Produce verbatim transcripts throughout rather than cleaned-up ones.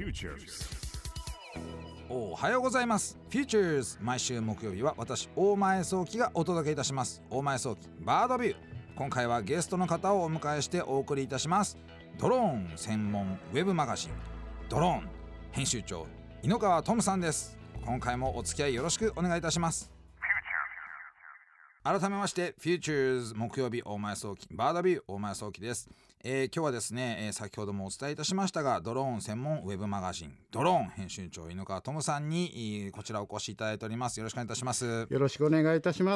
Futures。 おはようございます。 Futures。 毎週木曜日は私大前早期がお届けいたします。大前早期バードビュー。今回はゲストの方をお迎えしてお送りいたします。ドローン専門ウェブマガジンドローン編集長井ノ川トムさんです。今回もお付き合いよろしくお願いいたします。改めまして Futures 木曜日大前早期バードビュー大前早期です。えー、今日はですね、えー、先ほどもお伝えいたしましたがドローン専門ウェブマガジンドローン編集長井ノ川トムさんに、えー、こちらお越しいただいております。よろしくお願いいたします。 よろしくお願いいたします。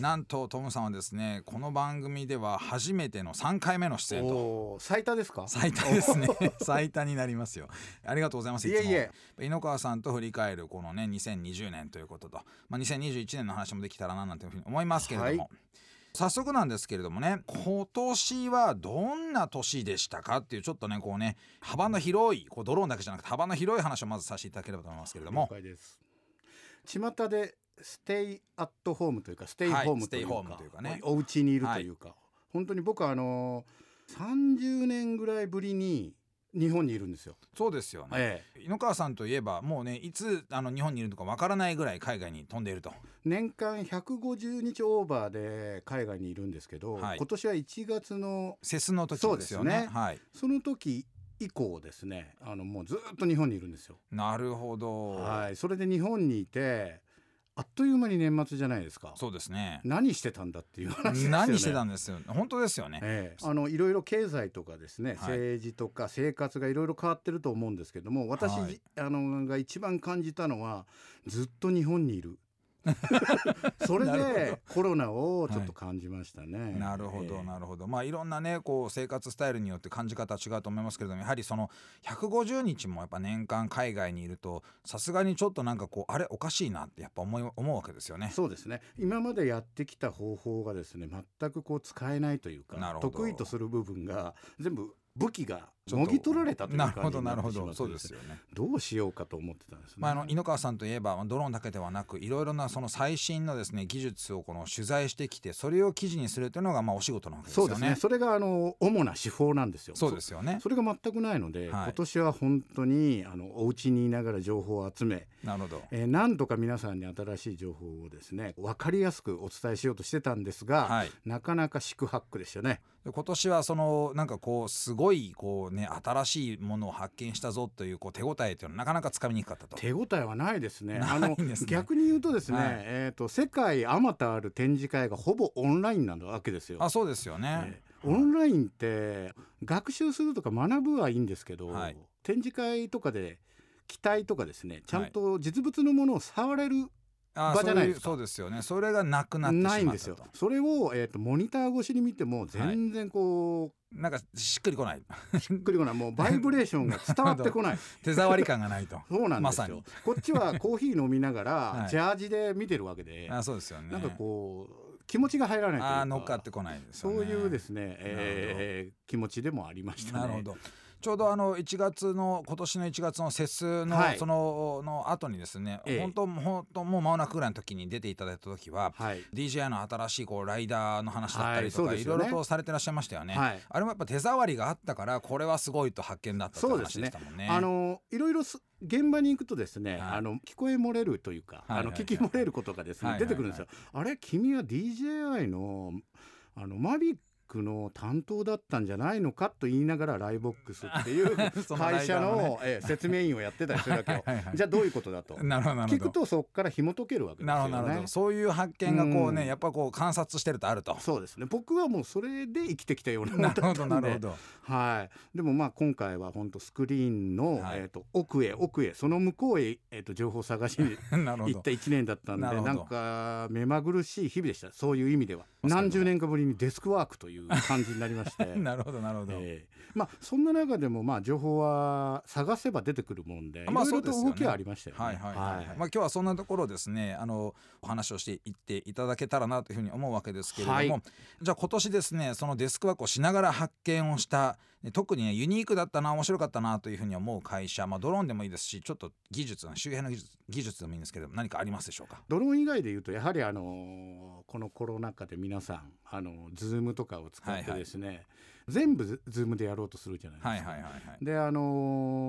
なんとトムさんはですねこの番組では初めてのさんかいめの出演と。 お最多ですか？ 最多ですね最多になりますよ。ありがとうございます。いつもいえいえ井ノ川さんと振り返るこのねにせんにじゅうねんということと、まあ、にせんにじゅういちねんの話もできたらななんていうふうに思いますけれども、はい、早速なんですけれどもね、今年はどんな年でしたかっていうちょっとねこうね幅の広いこうドローンだけじゃなくて幅の広い話をまずさせていただければと思いますけれども。 了解です。巷でステイアットホームというかステイホームというか、はい、ステイホームというかね、お家にいるというか、はい、本当に僕はあのさんじゅうねんぐらいぶりに日本にいるんですよ。 そうですよね、ええ、井ノ川さんといえばもうねいつあの日本にいるのかわからないぐらい海外に飛んでいると。 年間ひゃくごじゅうにちオーバーで海外にいるんですけど、はい、今年はいちがつのセスの時ですよね。そうですね、はい、 その時以降ですねあのもうずっと日本にいるんですよ。 なるほど、 はい、それで日本にいてあっという間に年末じゃないですか。 そうですね。 何してたんだっていう話ですよね。 何してたんですよ。本当ですよね、 ええ、あのいろいろ経済とかですね、はい、政治とか生活がいろいろ変わってると思うんですけども、私、はい、あのが一番感じたのはずっと日本にいるそれでコロナをちょっと感じましたね、はい、 なるほどなるほど。まあいろんなねこう生活スタイルによって感じ方は違うと思いますけれども、やはりそのひゃくごじゅうにちもやっぱ年間海外にいるとさすがにちょっとなんかこうあれおかしいなってやっぱ思い思うわけですよね。 そうですね。今までやってきた方法がですね全くこう使えないというか、得意とする部分が全部武器がもぎ取られたという感じになってしまって、なるほどなるほど、そうですよね。どうしようかと思ってたんですね。 まあ、あの井ノ川さんといえばドローンだけではなくいろいろなその最新のですね技術をこの取材してきてそれを記事にするというのがまあお仕事なわけですよね。 そうですね。それがあの主な手法なんですよ。 そうですよね。 そ, それが全くないので、はい、今年は本当にあのお家にいながら情報を集め、 なるほど、 えー、何とか皆さんに新しい情報をですね分かりやすくお伝えしようとしてたんですが、はい、なかなか四苦八苦でしたね。 今年はそのなんかこうすごいこうね新しいものを発見したぞというこう手応えというのはなかなかつかみにくかったと。 手応えはないですね。 あの逆に言うとですね、はい、えー、と世界あまたある展示会がほぼオンラインなわけですよ。 あ、そうですよね、 えー、オンラインって学習するとか学ぶはいいんですけど、はい、展示会とかで機体とかですねちゃんと実物のものを触れる場じゃないですか。 そうですよね。それがなくなってしまったと。 ないんですよ。それを、えー、とモニター越しに見ても全然こう、はい、 なんかしっくりこないしっくりこない。もうバイブレーションが伝わってこない手触り感がないとそうなんですよ、 まさにこっちはコーヒー飲みながら、はい、ジャージで見てるわけであ、そうですよね。 なんかこう気持ちが入らないというか、 あ乗っかってこないですよね。 そういうですね、えー、気持ちでもありましたね。 なるほど。ちょうどあのいちがつの今年のいちがつのセスの、はい、そのの後にですね、ええ、本当本当もう間もなくぐらいの時に出ていただいた時は、はい、ディージェーアイ の新しいこうライダーの話だったりとか、はい、いろいろとされてらっしゃいましたよね、はい、あれもやっぱ手触りがあったからこれはすごいと発見だったって話でしたもんね。 あのいろいろ現場に行くとですね、はい、あの聞こえ漏れるというか、はいはいはい、あの聞き漏れることがですね、はいはいはい、出てくるんですよ。あれ君は ディージェーアイ のあのマビックの担当だったんじゃないのかと言いながらライボックスっていう会社の、ねえ説明員をやってたりするわけよはい、はい、じゃあどういうことだと聞くとそこから紐解けるわけですよね。 なるほどなるほど。そういう発見がこうね、うん、やっぱこう観察してるとあると。 そうですね。僕はもうそれで生きてきたようなものだったんで。なるほどなるほど、はい、でもまあ今回は本当スクリーンの、はい、えー、と奥へ奥へその向こうへ、えー、と情報を探しに行ったいちねんだったんでな, なんか目まぐるしい日々でした。そういう意味では何十年かぶりにデスクワークという感じになりましてなるほどなるほど、 えー、まあそんな中でもまあ情報は探せば出てくるもんで、まあ、いろいろと動きはありましたよね。はいはいはいはい、 まあ今日はそんなところですねあのお話をしていっていただけたらなというふうに思うわけですけれども、はい、じゃあ今年ですねそのデスクワークをしながら発見をした特にねユニークだったな面白かったなというふうに思う会社、まあ、ドローンでもいいですしちょっと技術周辺の技術、技術でもいいんですけど何かありますでしょうか。 ドローン以外でいうとやはりあのこのコロナ禍で皆さんあのズームとかを使ってですね、はいはい、全部ズームでやろうとするじゃないですか、はいはいはいはい、であの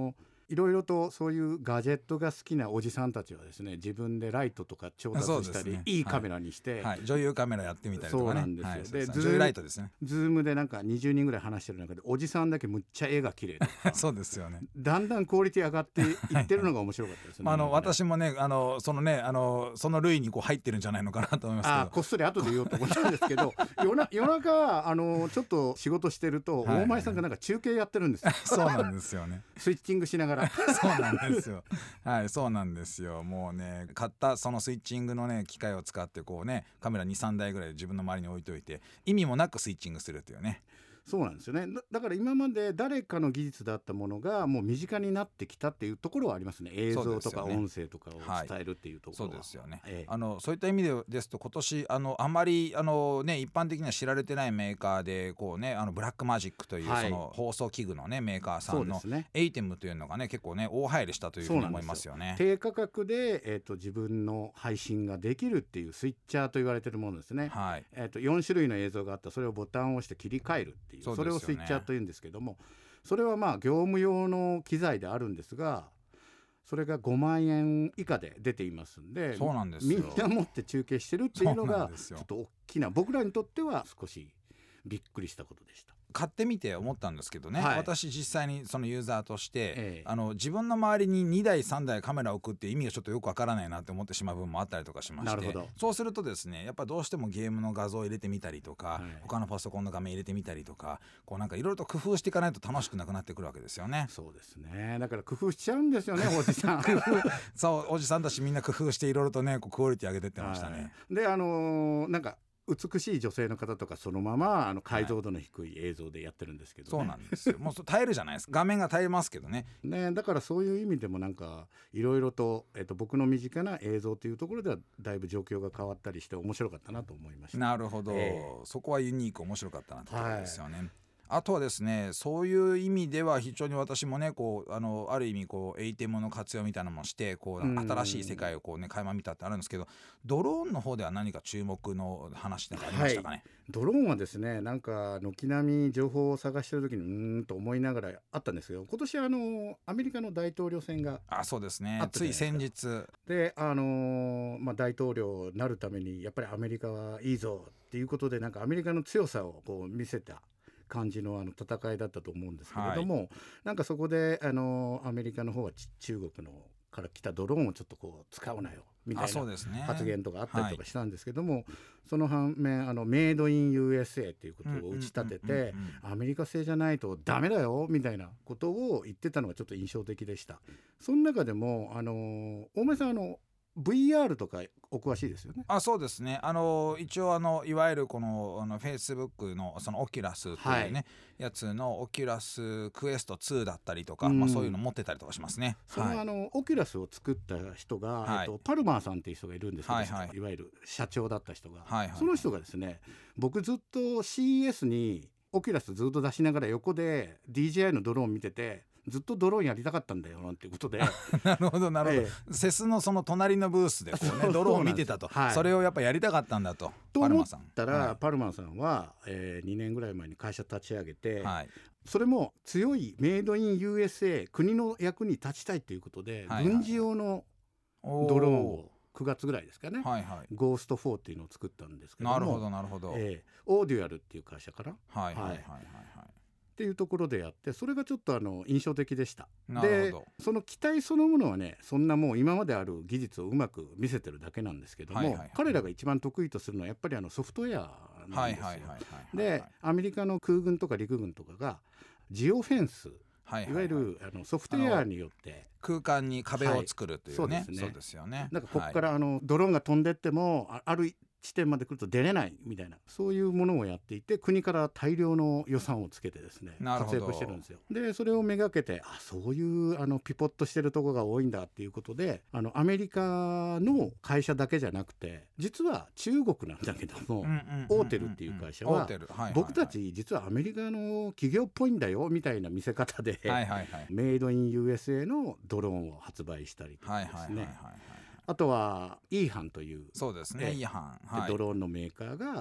いろいろとそういうガジェットが好きなおじさんたちはですね、自分でライトとか調達したり、ね、いいカメラにして、 はいはい、女優カメラやってみたりとかね。 そうなんですよ、はい、で女優ライトですね。 ズームでなんかにじゅうにんぐらい話してる中でおじさんだけむっちゃ絵が綺麗そうですよね。 だんだんクオリティ上がっていってるのが面白かったですね。 あの私もね、あのそのねあのその類にこう入ってるんじゃないのかなと思いますけど、 あこっそり後で言おうと思ったんですけど夜な夜中あのちょっと仕事してると、はいはい、大前さんがなんか中継やってるんですよそうなんですよねスイッチングしながらそうなんですよはい、そうなんですよ。もうね買ったそのスイッチングのね機械を使ってこうねカメラ にさんだいぐらい自分の周りに置いといて意味もなくスイッチングするというね。 そうなんですよね。 だ, だから今まで誰かの技術だったものがもう身近になってきたっていうところはありますね。映像とか音声とかを伝えるっていうところは、 そうですよね、 ええ、 あのそういった意味でですと今年あのあまりあの、ね、一般的には知られてないメーカーでこう、ね、あのブラックマジックという、はい、その放送器具の、ね、メーカーさんのエイテムというのが、ね、結構ね大流行りしたというふうに思いますよね。 低価格で、えーと、自分の配信ができるっていうスイッチャーと言われてるものですね、はい、えーと、よん種類の映像があったそれをボタンを押して切り替えるっていう、 そ, それをスイッチャーというんですけども、それはまあ業務用の機材であるんですが、それがごまんえん以下で出ていますんで、 そうなんですよ。 みんな持って中継してるっていうのがちょっと大きな、僕らにとっては少しびっくりしたことでした。 買ってみて思ったんですけどね、はい、私実際にそのユーザーとして、ええ、あの自分の周りににだいさんだいカメラを置くって意味がちょっとよくわからないなって思ってしまう部分もあったりとかしまして、なるほど。そうするとですねやっぱどうしてもゲームの画像を入れてみたりとか、はい、他のパソコンの画面入れてみたりとか、こうなんかいろいろと工夫していかないと楽しくなくなってくるわけですよね。 そうですね、だから工夫しちゃうんですよねおじさんそうおじさんたちみんな工夫していろいろとねこうクオリティ上げてってましたね、はい、 であのー、なんか美しい女性の方とかそのままあの解像度の低い映像でやってるんですけどね、 はい、そうなんですよ。もう耐えるじゃないですか画面が耐えますけど ね, ねだからそういう意味でもなんかいろいろと、えっと、僕の身近な映像というところではだいぶ状況が変わったりして面白かったなと思いました。 なるほど、えー、そこはユニーク面白かったなってことですよね、はい。あとはですねそういう意味では非常に私もねこう あのある意味こうエイテムの活用みたいなのもしてこう新しい世界をこうね垣間見たってあるんですけど、ドローンの方では何か注目の話なんかありましたかね。はい、 ドローンはですねなんか軒並み情報を探してる時にうーんと思いながらあったんですけど、今年あのアメリカの大統領選があそうですねつい先日であの、まあ、大統領になるためにやっぱりアメリカはいいぞっていうことでなんかアメリカの強さをこう見せた感じ の, あの戦いだったと思うんですけれども、はい、なんかそこであのアメリカの方は中国のから来たドローンをちょっとこう使うなよみたいな発言とかあったりとかしたんですけども、はい、その反面あのメイドイン ユーエスエー ということを打ち立ててアメリカ製じゃないとダメだよみたいなことを言ってたのがちょっと印象的でした。その中でもあの大前さんあのブイアール とかお詳しいですよね。 あそうですねあの一応あのいわゆるこのあの Facebook のそのオキュラスというね、はい、やつのオキュラスクエストツーだったりとか、まあ、そういうの持ってたりとかしますね。 その、はい、あのオキュラスを作った人が、はいえっと、パルマーさんっていう人がいるんですけど、はいはい、いわゆる社長だった人が、はいはいはい、その人がですね僕ずっと シーイーエス にオキュラスずっと出しながら横で ディージェーアイ のドローン見ててずっとドローンやりたかったんだよなんていうことでなるほどなるほど、ええ、セスのその隣のブースでこう、ね、ドローン見てたと そ,、はい、それをやっぱやりたかったんだとと思ったら、はい、パルマンさんは、えー、にねんぐらい前に会社立ち上げて、はい、それも強いメイドイン ユーエスエー 国の役に立ちたいということで、はいはい、軍事用のドローンをくがつぐらいですかね、はいはい、ゴーストフォーっていうのを作ったんですけども、 なるほどなるほど、 えー、オーデュアルっていう会社からはいはいはいはい、はいっていうところでやってそれがちょっとあの印象的でした。でその機体そのものはねそんなもう今まである技術をうまく見せてるだけなんですけども、はいはいはい、彼らが一番得意とするのはやっぱりあのソフトウェアなんですよ。でアメリカの空軍とか陸軍とかがジオフェンスはいはいはい、いわゆるあのソフトウェアによって空間に壁を作るというね、はい、そうですね、そうですよね。 なんかここからあのドローンが飛んでっても あ, ある地点まで来ると出れないみたいなそういうものをやっていて国から大量の予算をつけてですね活躍してるんですよ。でそれをめがけてあそういうあのピポッとしてるところが多いんだっていうことであのアメリカの会社だけじゃなくて実は中国なんだけども、うんうんうんうん、オーテルっていう会社は、はいはいはい、僕たち実はアメリカの企業っぽいんだよみたいな見せ方で、はいはいはい、メイドイン ユーエスエー のドローンを発売したりとかですね、はいはいはいはいあとはイーハンというそうですね、イーハン、 はい、ドローンのメーカーが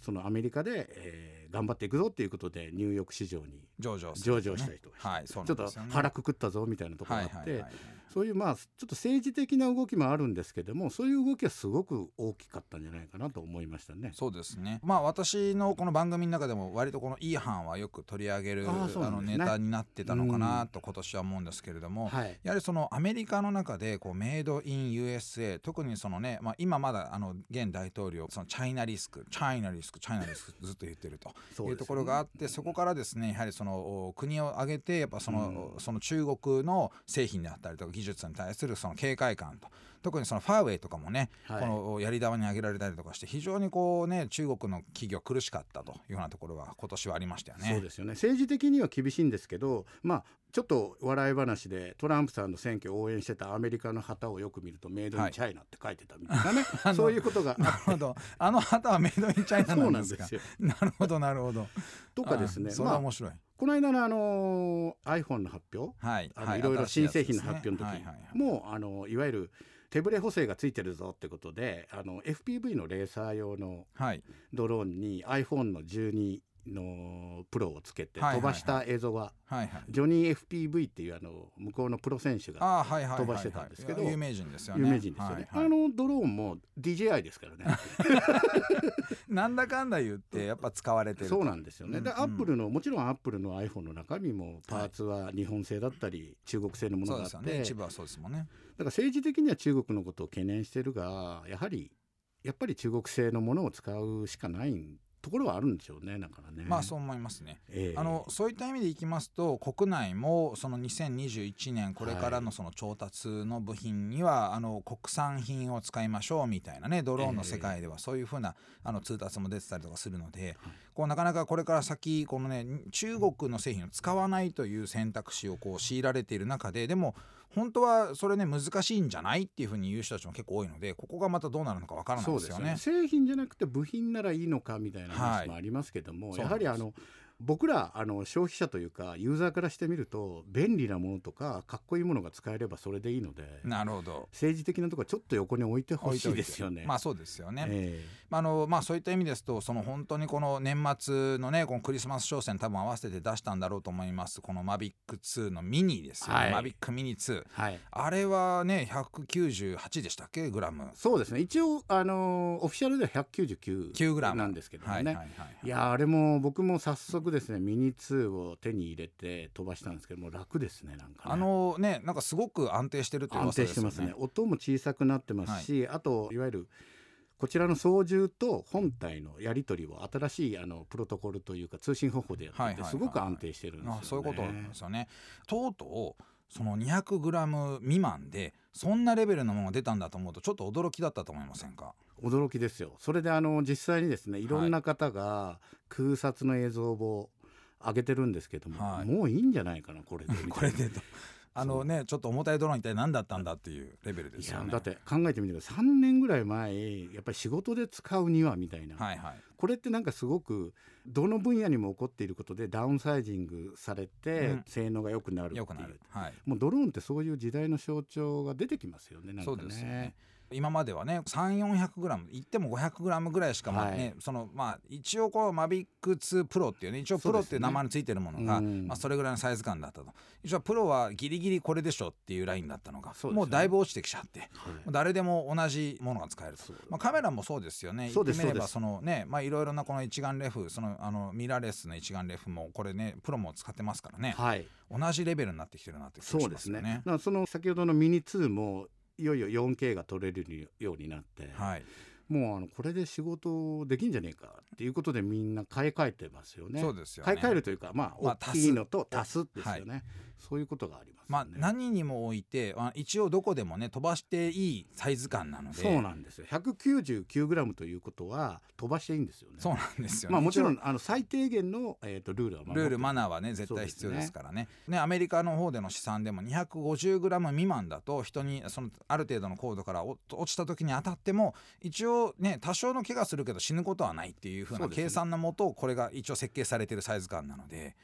そのアメリカで、えー、頑張っていくぞっていうことでニューヨーク市場に上場、ね、 上場したりとかして、 はい、そうなんですよね、ちょっと腹くくったぞみたいなところがあって、そういうまあちょっと政治的な動きもあるんですけども、そういう動きはすごく大きかったんじゃないかなと思いましたね。 そうですね。まあ私のこの番組の中でも割とこのイーハンはよく取り上げる あ, あのネタになってたのかなと今年は思うんですけれども、はい、やはりそのアメリカの中でこうメイドイン ユーエスエー、 特にそのね、まあ、今まだあの現大統領そのチャイナリスクチャイナリスクチャイナリスクずっと言ってるというところがあって、そこからですねやはりその国を挙げてやっぱその、その中国の製品であったりとか技術に対するその警戒感と、特にそのファーウェイとかもね、はい、このやり玉に挙げられたりとかして非常にこうね中国の企業苦しかったというようなところが今年はありましたよね。 そうですよね。政治的には厳しいんですけど、まあちょっと笑い話でトランプさんの選挙を応援してたアメリカの旗をよく見るとメイドインチャイナって書いてたみたいなね、はい、そういうことがなるほど、あの旗はメイドインチャイナなんですか。そうなんですよ。なるほどなるほど。 とかですね、 それは面白い、まあ、 この間のあの iPhone の発表、はい、あのいろいろ新製品の発表の時もあのいわゆる手ブレ補正がついてるぞってことで、あの エフピーブイ のレーサー用のドローンに iPhone のじゅうにのプロをつけて飛ばした映像がジョニー エフピーブイ っていうあの向こうのプロ選手が飛ばしてたんですけど、 有名人ですよね。 有名人ですよね、はいはい、あのドローンも ディージェーアイ ですからねなんだかんだ言ってやっぱ使われてる。 そうなんですよね。で、うんうん、アップルのもちろんアップルの iPhone の中身もパーツは日本製だったり、はい、中国製のものがあって、そうですよね、 一部はそうですもんね。 だから政治的には中国のことを懸念してるが、やはりやっぱり中国製のものを使うしかないんところはあるんでしょうね。だからね、 まあそう思いますね、 えー、 あのそういった意味でいきますと、国内もそのにせんにじゅういちねんこれからのその調達の部品には、はい、あの国産品を使いましょうみたいなね、ドローンの世界ではそういうふうなあの通達も出てたりとかするので、はい、こうなかなかこれから先このね中国の製品を使わないという選択肢をこう強いられている中で、でも本当はそれね難しいんじゃないっていうふうに言う人たちも結構多いので、ここがまたどうなるのかわからないですよね。 そうですよね。製品じゃなくて部品ならいいのかみたいな話もありますけども、はい、やはりあの僕らあの消費者というかユーザーからしてみると便利なものとかかっこいいものが使えればそれでいいので、 なるほど、 政治的なところはちょっと横に置いてほしいですよね。 まあそうですよね、 えーあのまあ、そういった意味ですと、その本当にこの年末のねこのクリスマス商戦多分合わせて出したんだろうと思います。このマビックツーのミニですよね、はい、マビックミニツー、はい、あれはねひゃくきゅうじゅうはちでしたっけグラム。 そうですね、一応あのオフィシャルではひゃくきゅうじゅうきゅうグラムなんですけどね、はいはいはいはい、いやあれも僕も早速ですねミニツーを手に入れて飛ばしたんですけども楽ですね。なんかねあのねなんかすごく安定してるという噂ですよね。 安定してますね。音も小さくなってますし、はい、あといわゆるこちらの操縦と本体のやり取りを新しいあのプロトコルというか通信方法でやっててすごく安定してるんですよね。 あ、そういうことなんですよね。とうとうそのにひゃくグラム未満でそんなレベルのものが出たんだと思うとちょっと驚きだったと思いませんか。 驚きですよ。それであの実際にですねいろんな方が空撮の映像を上げてるんですけども、はい、もういいんじゃないかなこれでこれでとあのねちょっと重たいドローン一体何だったんだっていうレベルですよね。 いやだって考えてみてください。さんねんぐらい前やっぱり仕事で使うにはみたいな、はいはい、これってなんかすごくどの分野にも起こっていることでダウンサイジングされて性能が良くなるっていう、うん、良くなる、はい、もうドローンってそういう時代の象徴が出てきますよね。なんかね、そうですよね。 今まではねさんびゃくよんひゃくグラムいってもごひゃくグラムぐらいしか、まあね、はい、そのまあ一応こうマビックツープロっていうね一応プロっていう名前についてるものが そ,、ねまあ、それぐらいのサイズ感だったと。一応プロはギリギリこれでしょっていうラインだったのが、ね、もうだいぶ落ちてきちゃって、はい、誰でも同じものが使えると、まあ、カメラもそうですよね。言ってみればそのねまあいろいろなこの一眼レフそのあのミラーレスの一眼レフもこれねプロも使ってますからね、はい、同じレベルになってきてるなって気がしますよね。そうですね。だからその先ほどのミニツーもいよいよ よんケー が撮れるようになって、はい、もうあのこれで仕事できんじゃねえかっていうことでみんな買い替えてますよね。 そうですよね。 買い替えるというか、まあ、大きいのと足すですよね、はい、そういうことがありますよね。 まあ、何にもおいて一応どこでもね飛ばしていいサイズ感なので。 そうなんですよ。 ひゃくきゅうじゅうきゅうグラム ということは飛ばしていいんですよね。 そうなんですよね。 まあ、もちろんあの最低限の、えー、とルールは守ってルールマナーはね絶対必要ですから ね, ね, ねアメリカの方での試算でも にひゃくごじゅうグラム 未満だと人にそのある程度の高度から落ちた時に当たっても一応ね多少の怪我するけど死ぬことはないっていう風な計算のもとこれが一応設計されているサイズ感なので、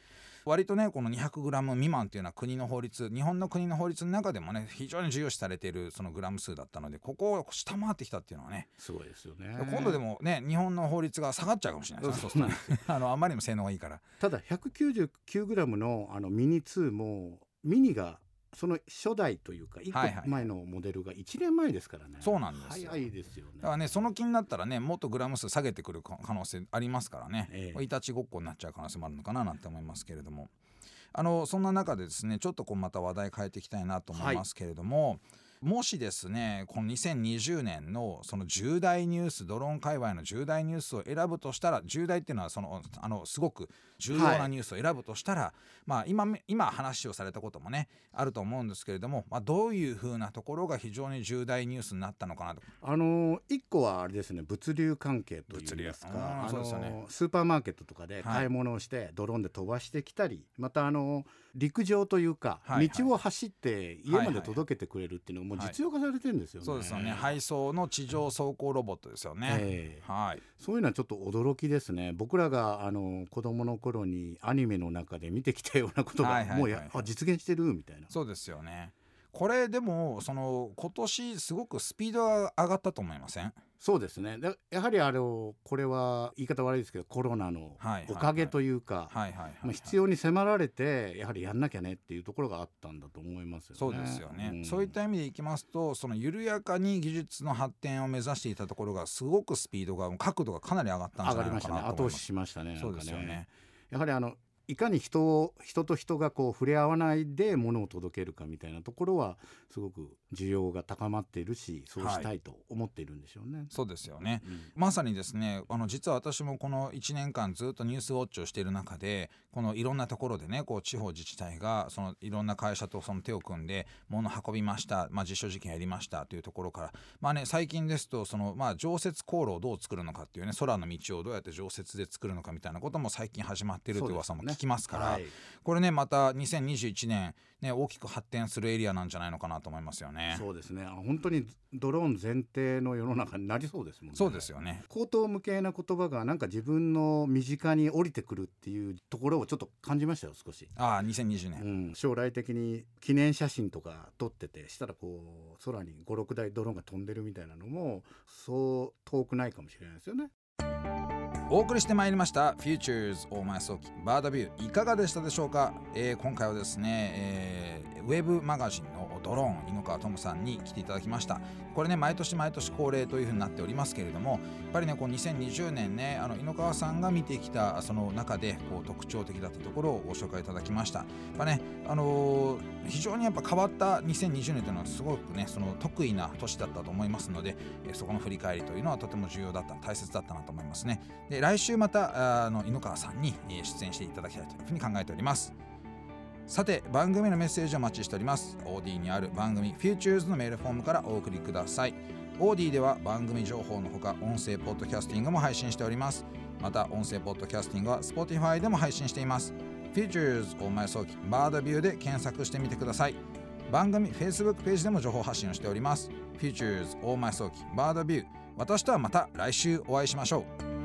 割とねこの にひゃくグラム 未満っていうのは国の法律、日本の国の法律の中でもね非常に重要視されているそのグラム数だったので、ここを下回ってきたっていうのはねすごいですよね。 今度でもね日本の法律が下がっちゃうかもしれないですね。そうするとあのあまりにも性能がいいから。 ただ ひゃくきゅうじゅうきゅうグラム のあのミニツーもミニがその初代というかいっこまえのモデルがいちねんまえですからね、はいはい、 そうなんですよ。 早いですよね。 だからねその気になったらねもっとグラム数下げてくる可能性ありますからね、ええ、いたちごっこになっちゃう可能性もあるのかななんて思いますけれども、あのそんな中でですねちょっとこうまた話題変えていきたいなと思いますけれども、はい、もしですねこのにせんにじゅうねんのその重大ニュース、ドローン界隈の重大ニュースを選ぶとしたら、重大っていうのはそのあのすごく重要なニュースを選ぶとしたら、はい、まあ 今, 今話をされたこともねあると思うんですけれども、まあ、どういうふうなところが非常に重大ニュースになったのかなと。 あのいっこはあれですね、物流関係というんですか、あのそうですよね、スーパーマーケットとかで買い物をして、はい、ドローンで飛ばしてきたり、またあの陸上というか、はいはい、道を走って家まで届けてくれるっていうのがもう実用化されてるんですよね、 はいはい、そうですよね。配送の地上走行ロボットですよね、えーはい、 そういうのはちょっと驚きですね。僕らがあの子供の頃にアニメの中で見てきたようなことがもうや、はいはいはい、あ実現してるみたいな。 そうですよね。これでもその今年すごくスピードが上がったと思いません？ そうですね。だやはりあのこれは言い方悪いですけどコロナのおかげというか必要に迫られてやはりやんなきゃねっていうところがあったんだと思いますよね。 そうですよね、うん、そういった意味でいきますとその緩やかに技術の発展を目指していたところがすごくスピードが角度がかなり上がったんじゃないのかなと思います。上がりましたね。後押ししましたね。 そうですよね。 やはりあのいかに人を人と人がこう触れ合わないで物を届けるかみたいなところはすごく需要が高まっているし、そうしたいと思っているんでしょうね、はい、 そうですよね、うん、まさにですねあの実は私もこのいちねんかんずっとニュースウォッチをしている中でこのいろんなところでねこう地方自治体がそのいろんな会社とその手を組んで物を運びました、まあ、実証実験やりましたというところから、まあね、最近ですとその、まあ、常設航路をどう作るのかっていうね、空の道をどうやって常設で作るのかみたいなことも最近始まっているという噂も聞きますから、はい、これねまたにせんにじゅういちねん、ね、大きく発展するエリアなんじゃないのかなと思いますよね。 そうですね。本当にドローン前提の世の中になりそうですもんね。 そうですよね。 口頭無形な言葉がなんか自分の身近に降りてくるっていうところをちょっと感じましたよ少し。 ああにせんにじゅうねん、 うん、将来的に記念写真とか撮っててしたらこう空にごろくだいドローンが飛んでるみたいなのもそう遠くないかもしれないですよね。 お送りしてまいりましたフューチャーズ大前早期バードビューいかがでしたでしょうか、えー、今回はですね、えー、ウェブマガジンのドローン猪川トムさんに来ていただきました。これね毎年毎年恒例という風になっておりますけれども、やっぱりねこうにせんにじゅうねんねあの猪川さんが見てきたその中でこう特徴的だったところをご紹介いただきました。やっぱねあのー、非常にやっぱ変わったにせんにじゅうねんというのはすごくねその得意な年だったと思いますので、えー、そこの振り返りというのはとても重要だった大切だったなと思いますね。で来週またあの猪川さんに出演していただきたいというふうに考えております。さて番組のメッセージをお待ちしております。 オーディー にある番組 Futures のメールフォームからお送りください。 オーディー では番組情報のほか音声ポッドキャスティングも配信しております。また音声ポッドキャスティングは Spotify でも配信しています。 Futures 大前早期バードビューで検索してみてください。番組 Facebook ページでも情報発信をしております。 Futures 大前早期バードビュー、私とはまた来週お会いしましょう。